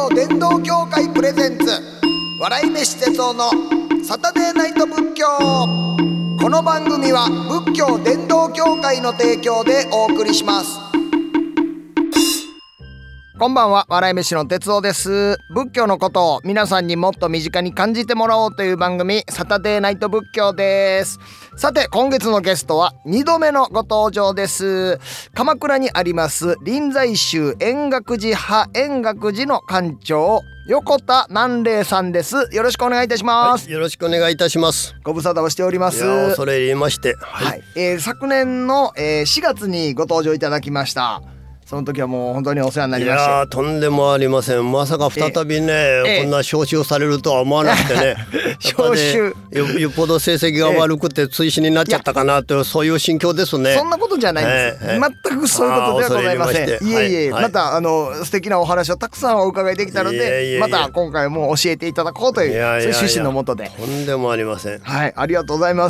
教伝道協会プレゼンツ笑い飯哲夫のサタデーナイト仏教。この番組は仏教伝道協会の提供でお送りします。こんばんは、笑い飯の哲夫です。仏教のことを皆さんにもっと身近に感じてもらおうという番組、サタデーナイト仏教です。さて、今月のゲストは2度目のご登場です。鎌倉にあります臨済宗円覚寺派円覚寺の館長、横田南嶺さんです。よろしくお願いいたします。 よろしくお願いいたします。 ご無沙汰をしております。 いや、恐れ入りまして、 昨年の、4月にご登場いただきました。その時はもう本当にお世話になりまして。 いや、とんでもありません。まさか再びね、こんな招集されるとは思わなくてね招集よっぽど成績が悪くて追試になっちゃったかなという、そういう心境ですね。 そんなことじゃないです、全くそういうことではございません。いえいえ、また素敵なお話をたくさんお伺いできたので、また今回も教えていただこうという、そういう趣旨のもとで。 とんでもありません。 はい、ありがとうございます。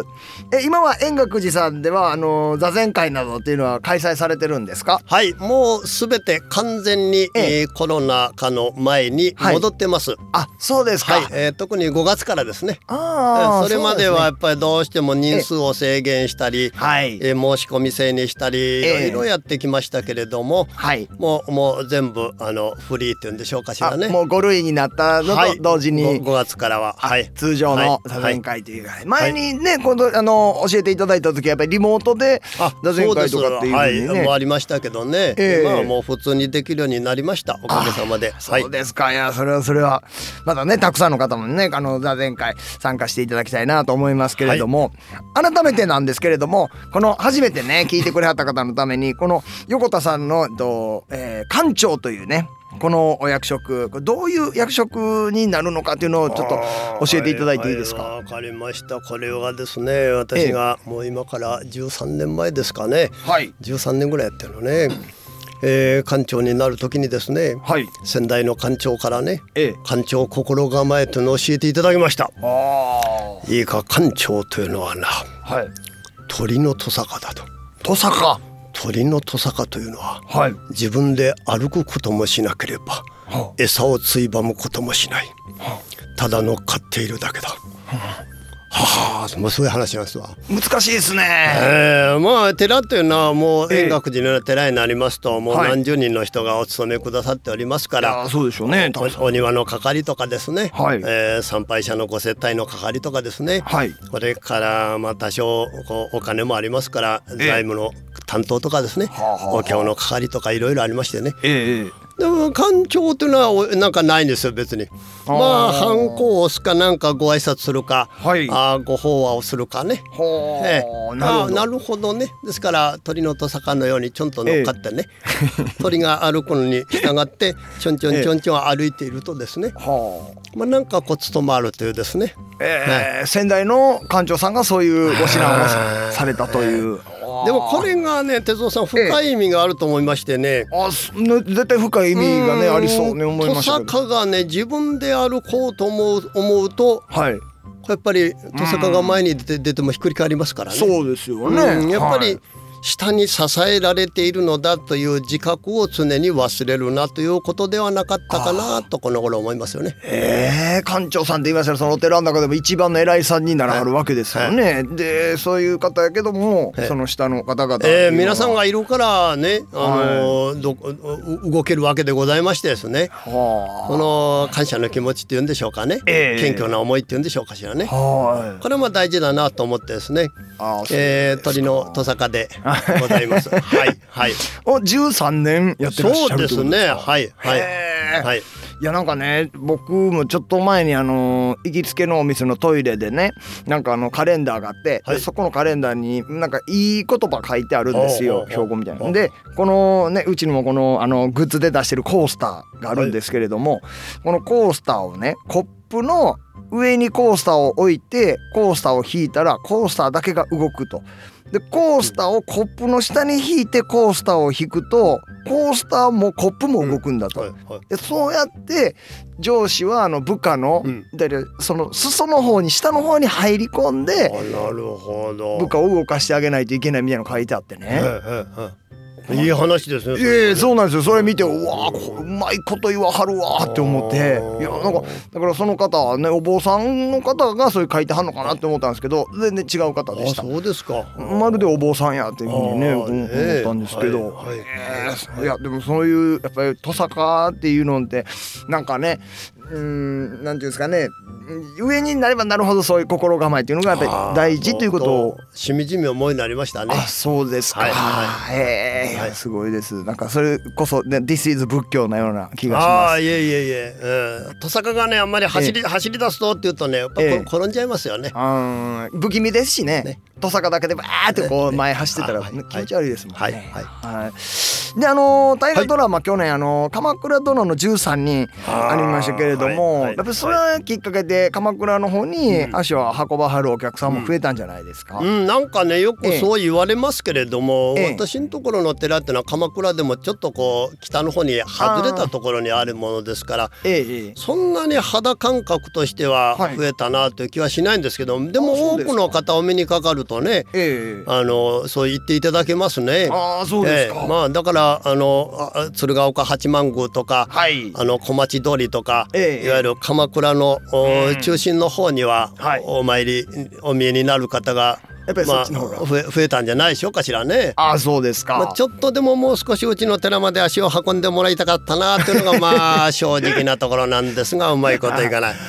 今は円覚寺さんでは座禅会などっていうのは開催されてるんですか？ はい、もうすべて完全に、コロナ禍の前に戻ってます。 あ、そうですか。 特に5月からですね。 それまではやっぱりどうしても人数を制限したり、申し込み制にしたり、いろいろやってきましたけれども、もう全部フリーっていうんでしょうかしらね。 もう5類になったのと同時に、 5月からは、 通常の座禅会というか、前にね、今度教えていただいた時はやっぱりリモートで座禅会とかっていう風にね、 もうありましたけどね、今はもう普通にできるようになりました。おかげさまで。 そうですか。いや、それはまたね、たくさんの方もね、座禅会参加していただきたいなと思いますけれども、改めてなんですけれども、この初めてね聞いてくれはった方のために、この横田さんの館長というね、このお役職、どういう役職になるのかっていうのをちょっと教えていただいていいですか？ わかりました。これはですね、私がもう今から13年前ですかね、13年ぐらいやってるのね、館長になる時にですね、先代の館長からね、館長心構えというのを教えていただきました。いいか、館長というのはな、鳥のトサカだと。 トサカ？ 鳥のトサカというのは、自分で歩くこともしなければ、餌をついばむこともしない、ただ乗っかっているだけだ。もうそういう話なんですわ。 難しいですね。 まあ寺というのはもう円覚寺のような寺になりますと、もう何十人の人がお勤めくださっておりますから、 そうでしょうね。 お庭の係とかですね、参拝者のご接待の係とかですね、これから多少お金もありますから、財務の担当とかですね、お経の係とかいろいろありましてね。でも館長というのはなんかないんですよ、別に。ハンコを押すか、なんかご挨拶するか、ご法話をするかね。なるほどね。ですから鳥のトサカのようにちょんと乗っかってね、鳥が歩くのに従ってちょんちょんちょんちょん歩いているとですね、なんか務まるというですね、 先代の館長さんがそういうご指南をされたという。 でもこれがね、哲夫さん、深い意味があると思いましてね。 絶対深い意味がねありそうね、思いましたけど。 トサカがね、自分で歩こうと思うと、やっぱりトサカが前に出てもひっくり返りますからね。 そうですよね。 やっぱり下に支えられているのだという自覚を常に忘れるなということではなかったかなとこの頃思いますよね。 館長さんって言いましたら、そのお寺の中でも一番の偉いさんにならはるわけですよね。でそういう方やけども、その下の方々、 皆さんがいるからね、動けるわけでございましてですね、この感謝の気持ちっていうんでしょうかね、謙虚な思いっていうんでしょうかしらね、これも大事だなと思ってですね、鳥のトサカでございます。 13年やってらっしゃるということですか？ そうですね。 いや、なんかね、僕もちょっと前に行きつけのお店のトイレでね、なんかカレンダーがあって、そこのカレンダーになんかいい言葉書いてあるんですよ、標語みたいな。でこのね、うちにもこのグッズで出してるコースターがあるんですけれども、このコースターをね、コップの上にコースターを置いてコースターを引いたらコースターだけが動くと。でコースターをコップの下に引いてコースターを引くとコースターもコップも動くんだと。でそうやって上司は部下の、その裾の方に下の方に入り込んで部下を動かしてあげないといけないみたいなの書いてあってね、 いい話ですね。そうなんですよ。それ見てうわうまいこと言わはるわって思って、いやなんかだからその方はねお坊さんの方がそういう書いてはんのかなって思ったんですけど全然違う方でした。 そうですか。 まるでお坊さんやっていうふうにね思ったんですけど、いやでもそういうやっぱりトサカっていうのってなんかねなんていうんですかね上になればなるほどそういう心構えっていうのがやっぱり大事ということをしみじみ思いになりましたね。 そうですか。すごいです。なんかそれこそね This is 仏教のような気がします。 いえ、トサカがねあんまり走り出すとっていうとねやっぱ転んじゃいますよね。 不気味ですしね。トサカだけでバーってこう前走ってたら気持ち悪いですもんね。で大河ドラマ去年鎌倉殿の13人ありましたけれども、やっぱりそれがきっかけで鎌倉の方に足を運ばはるお客さんも増えたんじゃないですか。 なんかねよくそう言われますけれども、私のところの寺ってのは鎌倉でもちょっとこう北の方に外れたところにあるものですから、そんなに肌感覚としては増えたなという気はしないんですけど、でも多くの方お目にかかるとね、そう言っていただけますね。 そうですか。 だから鶴岡八幡宮とか、小町通りとか、いわゆる鎌倉の中心の方にはお参りお見えになる方がやっぱりそっちの方が増えたんじゃないでしょうかしらね。 そうですか。 ちょっとでももう少しうちの寺まで足を運んでもらいたかったなというのが正直なところなんですがうまいこといかない。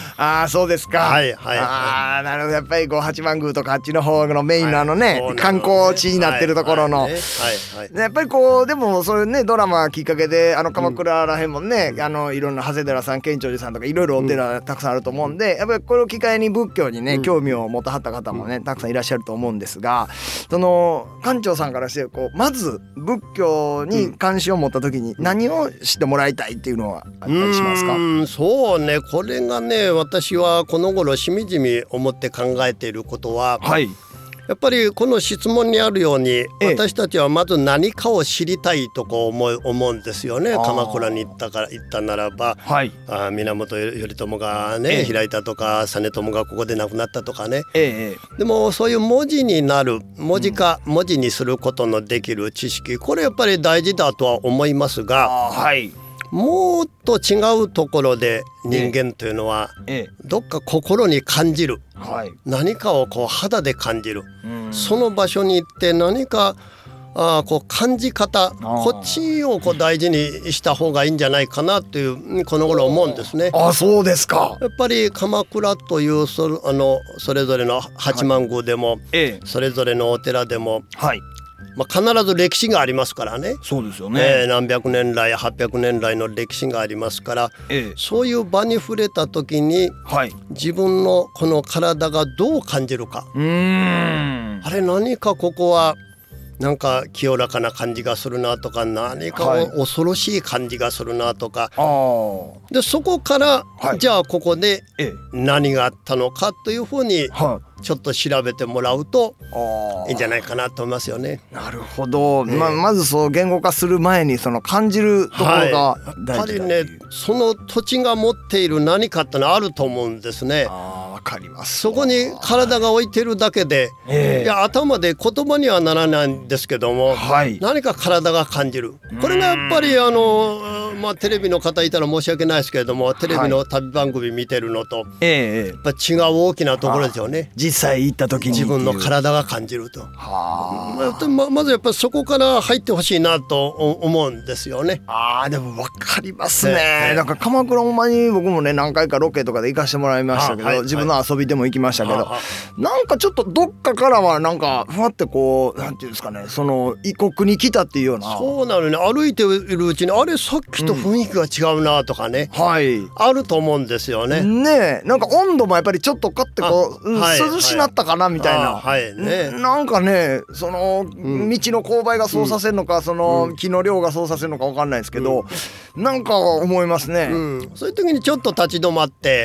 そうですか。なるほど。やっぱり八幡宮とかあっちの方のメインの観光地になってるところのやっぱりこうでもそういうねドラマきっかけで鎌倉らへんもねいろんな長谷寺さん建長寺さんとかいろいろお寺たくさんあると思うんでやっぱりこれを機会に仏教にね興味を持たはった方もねたくさんいらっしゃると思うんですが、その館長さんからしてまず仏教に関心を持った時に何をしてもらいたいっていうのはあったりしますか？ そうね、これがね私はこの頃しみじみ思って考えていることは、やっぱりこの質問にあるように私たちはまず何かを知りたいと思うんですよね。鎌倉に行ったならば、源頼朝がね開いたとか実朝がここで亡くなったとかね、でもそういう文字になる文字にすることのできる知識、これやっぱり大事だとは思いますが、もっと違うところで人間というのはどっか心に感じる、何かをこう肌で感じる、その場所に行って何かこう感じ方こっちをこう大事にした方がいいんじゃないかなというこの頃思うんですね。 そうですか。 やっぱり鎌倉というそれぞれの八幡宮でも、それぞれのお寺でも、必ず歴史がありますからね。 そうですよね。 何百年来800年来の歴史がありますから、そういう場に触れた時に、自分のこの体がどう感じるか、あれ何かここはなんか清らかな感じがするなとか何か恐ろしい感じがするなとか、でそこから、じゃあここで何があったのかというふうにちょっと調べてもらうといいんじゃないかなと思いますよね。 なるほど。まずそう言語化する前にその感じるところが大事だという。 やっぱりねその土地が持っている何かってのはあると思うんですね。 わかります。 そこに体が置いてるだけで、いや頭で言葉にはならないんですけども、何か体が感じる。これがやっぱりテレビの方いたら申し訳ないですけれどもテレビの旅番組見てるのと、やっぱ違う大きなところですよね。 実際行った時に自分の体が感じると。まずやっぱりそこから入ってほしいなと思うんですよね。 でも分かりますね。なんか鎌倉ほんまに僕もね何回かロケとかで行かしてもらいましたけど、自分の遊びでも行きましたけど、なんかちょっとどっかからはなんかふわってこうなんていうんですかね、その異国に来たっていうような。 そうなのね。歩いているうちにあれさっきと雰囲気が違うなとかね、あると思うんですよね。 なんか温度もやっぱりちょっとかってこう涼しなったかなみたいな。なんかねその道の勾配がそうさせるのか、その木の量がそうさせるのか分かんないですけど、なんか思いますね。 そういう時にちょっと立ち止まって、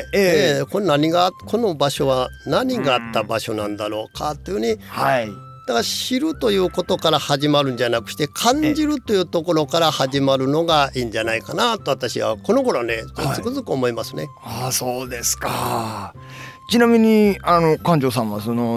この場所は何があった場所なんだろうかというふうに、だから知るということから始まるんじゃなくして感じるというところから始まるのがいいんじゃないかなと私はこの頃ねつくづく思いますね。 そうですか。ちなみに館長さんはその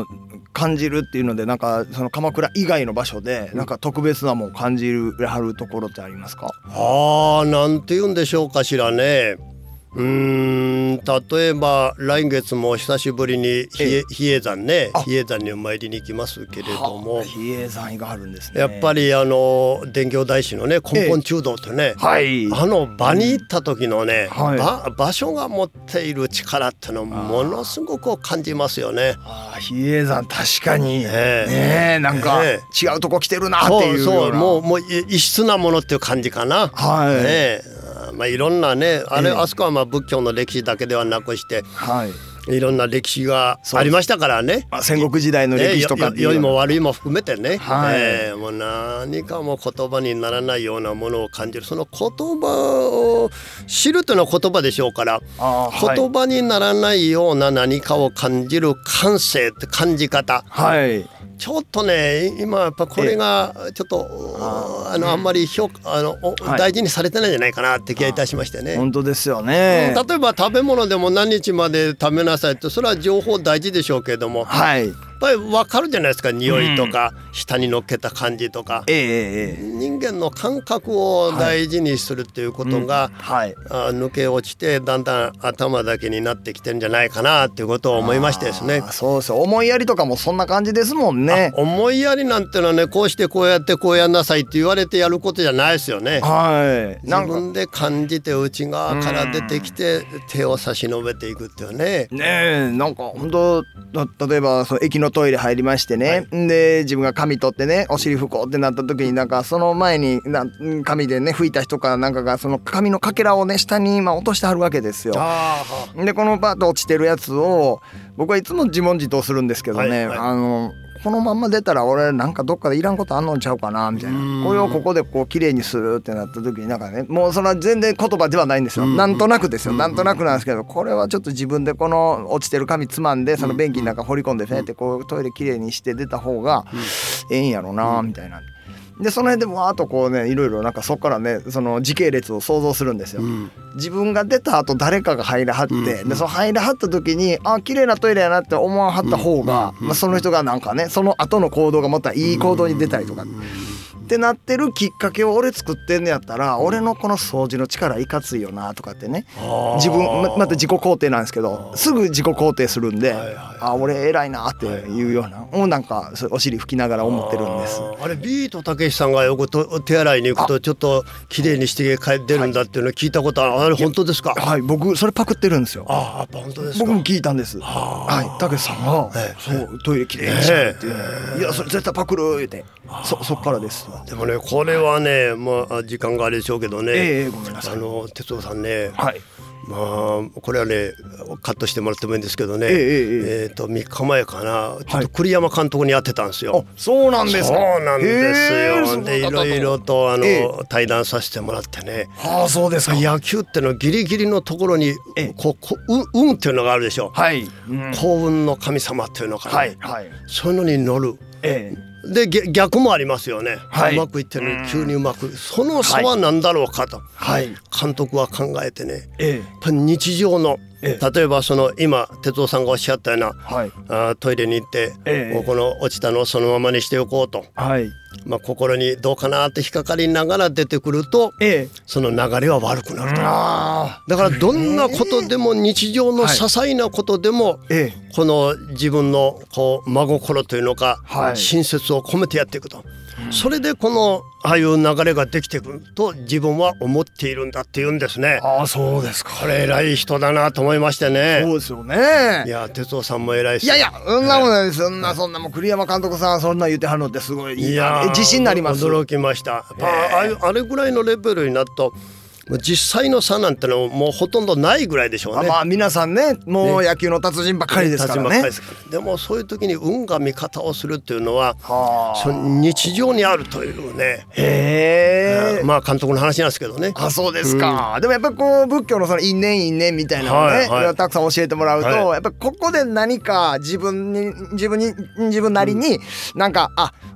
感じるっていうので、なんかその鎌倉以外の場所でなんか特別なもん感じるはるところってありますか？ なんて言うんでしょうかしらね。例えば来月も久しぶりに比叡山ね、比叡山にお参りに行きますけれども、 比叡山があるんですね。 やっぱり伝教大師のね根本中道ってね、場に行った時のね、場所が持っている力ってのをものすごく感じますよね。 比叡山確かになんか違うとこ来てるなっていうような、 もう異質なものっていう感じかな。いろんなねあそこは仏教の歴史だけではなくして、いろんな歴史がありましたからね。 戦国時代の歴史とか良いも悪いも含めてね、もう何かも言葉にならないようなものを感じる。その言葉を知るというのは言葉でしょうから、言葉にならないような何かを感じる感性って感じ方、ちょっとね今やっぱこれがちょっとあんまり大事にされてないんじゃないかなって気がいたしましてね。 本当ですよね。 例えば食べ物でも何日まで食べなさいって、それは情報大事でしょうけれども、やっぱり分かるじゃないですか。匂いとか、舌に乗っけた感じとか、人間の感覚を大事にするっていうことが、抜け落ちてだんだん頭だけになってきてるんじゃないかなっていうことを思いましてですね。 そうです。思いやりとかもそんな感じですもんね。 思いやりなんてのはね、こうしてこうやってこうやんなさいって言われてやることじゃないですよね。自分で感じて内側から出てきて手を差し伸べていくっていうね。 なんか本当例えばその駅のトイレ入りましてね、で自分が紙取ってねお尻拭こうってなった時に、なんかその前に紙でね拭いた人かなんかがその紙のかけらをね下に落としてはるわけですよ。でこのバーッと落ちてるやつを僕はいつも自問自答するんですけどね、このまんま出たら俺なんかどっかでいらんことあんのんちゃうかなみたいな、これをここでこう綺麗にするってなった時になんかね、もうそれは全然言葉ではないんですよ。なんとなくですよ。なんとなくなんですけど、これはちょっと自分でこの落ちてる紙つまんでその便器の中放り込んでフェってこうトイレ綺麗にして出た方がええんやろなみたいな。でその辺でわーっとこうねいろいろなんかそこからねその時系列を想像するんですよ。自分が出た後誰かが入らはって、でその入らはった時に綺麗なトイレやなって思わはった方が、その人がなんかねその後の行動がまたいい行動に出たりとかってなってるきっかけを俺作ってんのやったら、俺のこの掃除の力いかついよなとかってね、自分また自己肯定なんですけど、すぐ自己肯定するんで、俺偉いなっていうようなをなんかお尻拭きながら思ってるんです。 あれビートたけしさんがよく手洗いに行くとちょっと綺麗にして帰ってるんだっていうのを聞いたことある。あれ本当ですか？ 僕それパクってるんですよ。 本当ですか？ 僕も聞いたんです。たけしさんがそうトイレ綺麗にしてっていう、いやそれ絶対パクる言うて、そっからです。 でもねこれはね時間があれでしょうけどね、 ごめんなさい。 哲夫さんね、これはねカットしてもらってもいいんですけどね、3日前かなちょっと栗山監督に会ってたんですよ。 そうなんですか？ そうなんですよ。でいろいろと対談させてもらってね。 そうですか。 野球ってのギリギリのところに運っていうのがあるでしょ。幸運の神様っていうのかな、そういうのに乗る。で逆もありますよね、うまくいってるのに急にうまく、その差は何だろうかと、監督は考えてね、やっぱり日常の例えばその今哲夫さんがおっしゃったような、トイレに行って、この落ちたのをそのままにしておこうと、心にどうかなって引っかかりながら出てくると、その流れは悪くなると。だからどんなことでも日常の些細なことでも、この自分のこう真心というのか、親切を込めてやっていくと、それでこのああいう流れができてくると自分は思っているんだって言うんですね。 そうですか。 これ偉い人だなと思いましてね。 そうですよね。 いや哲夫さんも偉いし、 そんなもんないです。そんなもう栗山監督さんそんな言ってはるのってすごい自信になります。 驚きました。あれぐらいのレベルになると実際の差なんてのもうほとんどないぐらいでしょうね。 皆さんねもう野球の達人ばっかりですからね。 でもそういう時に運が味方をするっていうのはその日常にあるというね。監督の話なんですけどね。 そうですか。でもやっぱりこう仏教のその因縁みたいなのをね、たくさん教えてもらうと、やっぱりここで何か自分なりになんか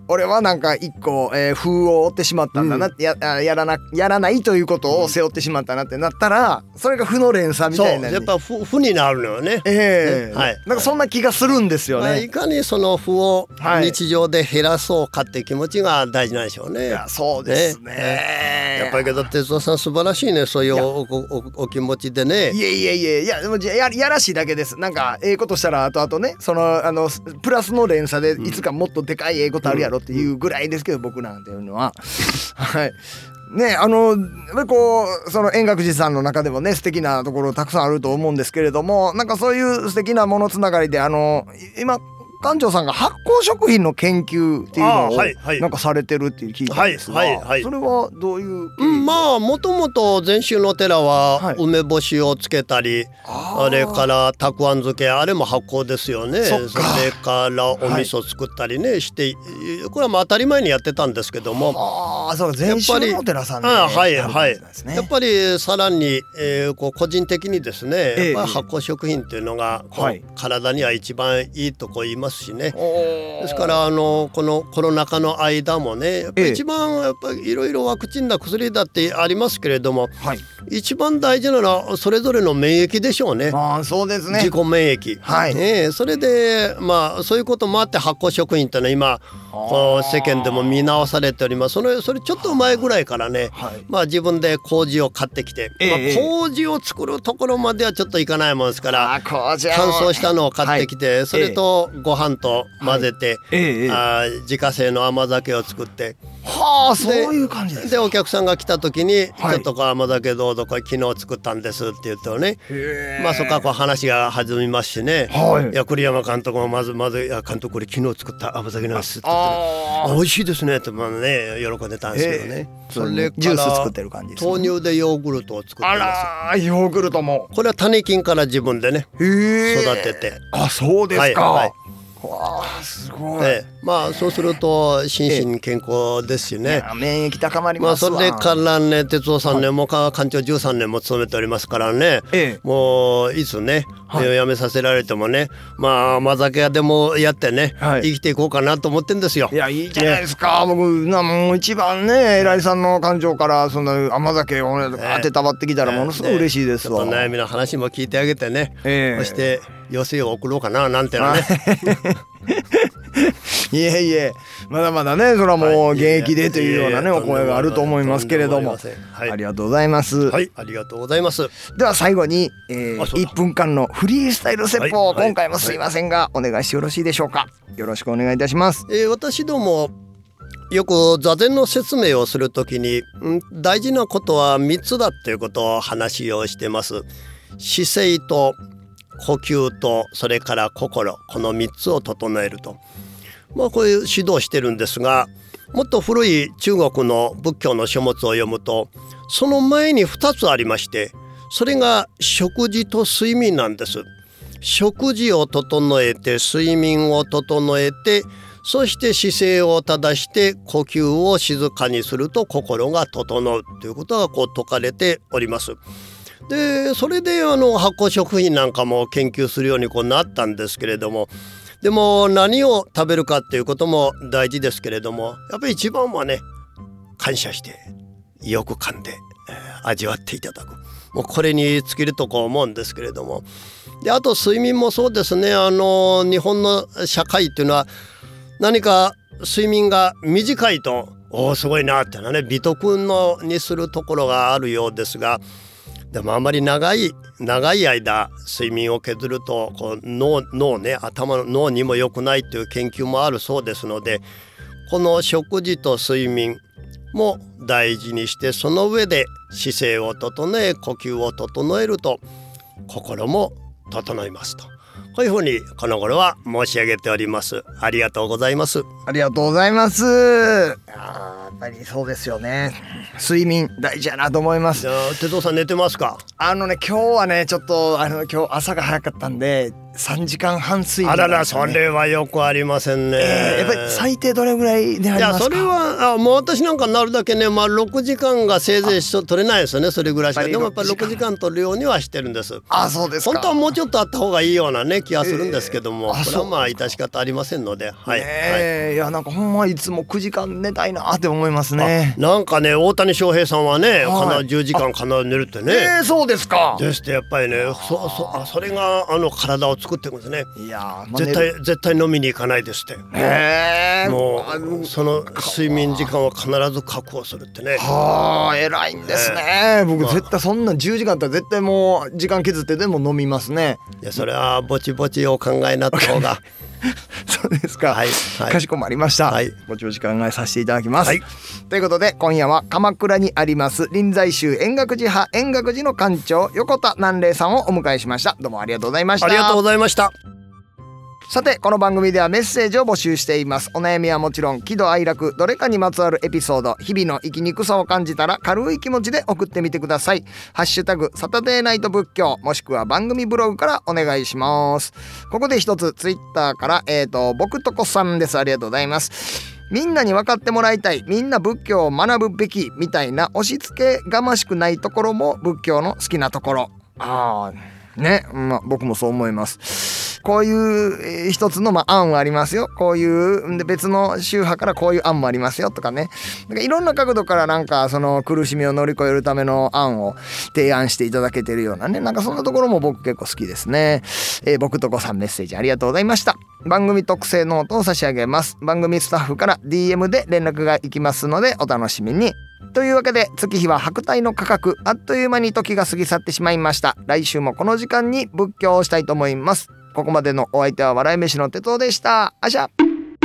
俺はなんか一個、風を負ってしまったんだなって、やらないということを背負ってしまったなってなったら、それが負の連鎖みたいな、 そうやっぱ負になるのよね。 はい、なんかそんな気がするんですよね。 いかにその負を日常で減らそうかって気持ちが大事なんでしょうね。 いやそうですね。 やっぱりけど哲夫さん素晴らしいね、そういうお気持ちでね。 いやでもやらしいだけです。なんかことしたら後々ね、プラスの連鎖でいつかもっとでかいことあるやろっていうぐらいですけど、僕なんていうのははいね、やっぱりこうその円覚寺さんの中でもね素敵なところたくさんあると思うんですけれども、なんかそういう素敵なものつながりで今館長さんが発酵食品の研究っていうのをなんかされてるって聞いたんですが、それはどういう？ まあもともと禅宗の寺は梅干しをつけたり、あれからたくあん漬け、あれも発酵ですよね。それからお味噌作ったりねして、これはまあ当たり前にやってたんですけども、 そう禅宗の寺さんでやっぱりさらにこう個人的にですね、やっぱり発酵食品っていうのが体には一番いいとこ言いますしね。ですからこのコロナ禍の間もね、やっぱり一番やっぱりいろいろワクチンだ薬だってありますけれども、一番大事なのはそれぞれの免疫でしょうね。 そうですね。 自己免疫。それでまあそういうこともあって発酵食品ってのは今世間でも見直されております。それちょっと前ぐらいからね、まあ自分で麹を買ってきて、麹を作るところまではちょっといかないもんですから、乾燥したのを買ってきて、それとご飯と混ぜて、自家製の甘酒を作って、 そういう感じです。 でお客さんが来た時に、ちょっと甘酒どうぞこれ昨日作ったんですって言うとね、まあそこからこう話が弾みますしね、いや栗山監督もまずいや監督これ昨日作った甘酒なんですって言って、美味しいですねって喜んでたんですけどね。 それジュース作ってる感じですね。 豆乳でヨーグルトを作ってます。 ヨーグルトもこれは種菌から自分でね育てて。 そうですか。すごい。 まあそうすると心身健康ですしね。 免疫高まりますわ。 それからね、哲夫さんね、もう館長13年も務めておりますからね、もういつね辞めさせられてもね、まあ甘酒屋でもやってね、生きていこうかなと思ってんですよ。 いやいいじゃないですか。僕もう一番ね偉いさんの館長からその甘酒を当てたばってきたらものすごい嬉しいですわ。 悩みの話も聞いてあげてね、そして余生を送ろうかななんてのね。 まだまだね、それはもう現役でというようなねお声があると思いますけれども、ありがとうございます。 はい、ありがとうございます。 では最後に1分間のフリースタイル説法を今回もすいませんがお願いしてよろしいでしょうか。よろしくお願いいたします。 私どもよく座禅の説明をするときに、大事なことは3つだっていうことを話をしてます。姿勢と呼吸とそれから心、この3つを整えると、こういう指導してるんですが、もっと古い中国の仏教の書物を読むとその前に2つありまして、それが食事と睡眠なんです。食事を整えて睡眠を整えて、そして姿勢を正して呼吸を静かにすると心が整うということがこう説かれております。でそれで発酵食品なんかも研究するようになったんですけれども、でも何を食べるかっていうことも大事ですけれども、やっぱり一番はね、感謝してよく噛んで、味わっていただく、もうこれに尽きると思うんですけれども、であと睡眠もそうですね。日本の社会っていうのは何か睡眠が短いとすごいなってね、美徳にするところがあるようですが、でもあまり長い間睡眠を削ると脳ね、頭の脳にも良くないという研究もあるそうですので、この食事と睡眠も大事にして、その上で姿勢を整え呼吸を整えると心も整いますと、こういうふうにこの頃は申し上げております。ありがとうございます。 ありがとうございます。やっぱりそうですよね。睡眠大事やなと思います。 哲夫さん寝てますか？ 今日はねちょっと今日朝が早かったんで 3時間半睡眠、 あらら、それはよくありませんね。 やっぱり最低どれぐらいでありますか？ いや、それはもう私なんかなるだけね、6時間がせいぜい取れないですよね、それぐらいしか。でもやっぱり6時間取るようにはしてるんです。 そうですか。 本当はもうちょっとあった方がいいようなね気がするんですけども、これはまあ致し方ありませんので、はい、 いや、なんかほんまいつも9時間寝たいなって思いますね。 なんかね、大谷翔平さんはね、必ず10時間必ず寝るってね。 そうですか。 ですってやっぱりね、それが体を作ってるんですね。 いや、 絶対飲みに行かないですって。もうその睡眠時間は必ず確保するってね。 偉いんですね。僕絶対そんな10時間だったら絶対もう時間削ってでも飲みますね。 いや、それはぼちぼちお考えになった方がそうですか、かしこまりました、ぼちぼち考えさせていただきます、ということで今夜は鎌倉にあります臨済宗円覚寺派円覚寺の館長横田南嶺さんをお迎えしました。どうもありがとうございました。 ありがとうございました。 さて、この番組ではメッセージを募集しています。お悩みはもちろん喜怒哀楽どれかにまつわるエピソード、日々の生きにくさを感じたら軽い気持ちで送ってみてください。ハッシュタグサタデーナイト仏教、もしくは番組ブログからお願いします。ここで一つツイッターから僕とこさんです。ありがとうございます。みんなに分かってもらいたい、みんな仏教を学ぶべきみたいな押し付けがましくないところも仏教の好きなところ。ね、僕もそう思います。こういう一つの案はありますよ。こういうで別の宗派からこういう案もありますよとかね。なんかいろんな角度からなんかその苦しみを乗り越えるための案を提案していただけているようなね。なんかそんなところも僕結構好きですね。僕とこさんメッセージありがとうございました。番組特製ノートを差し上げます。番組スタッフから DM で連絡がいきますのでお楽しみに。というわけで月日は白帯の価格、あっという間に時が過ぎ去ってしまいました。来週もこの時間に仏教をしたいと思います。ここまでのお相手は笑い飯の哲夫でした。あしゃ。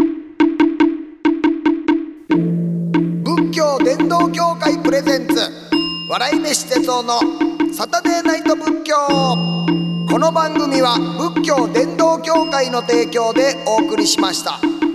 仏教伝道協会プレゼンツ笑い飯哲夫のサタデーナイト仏教。この番組は仏教伝道協会の提供でお送りしました。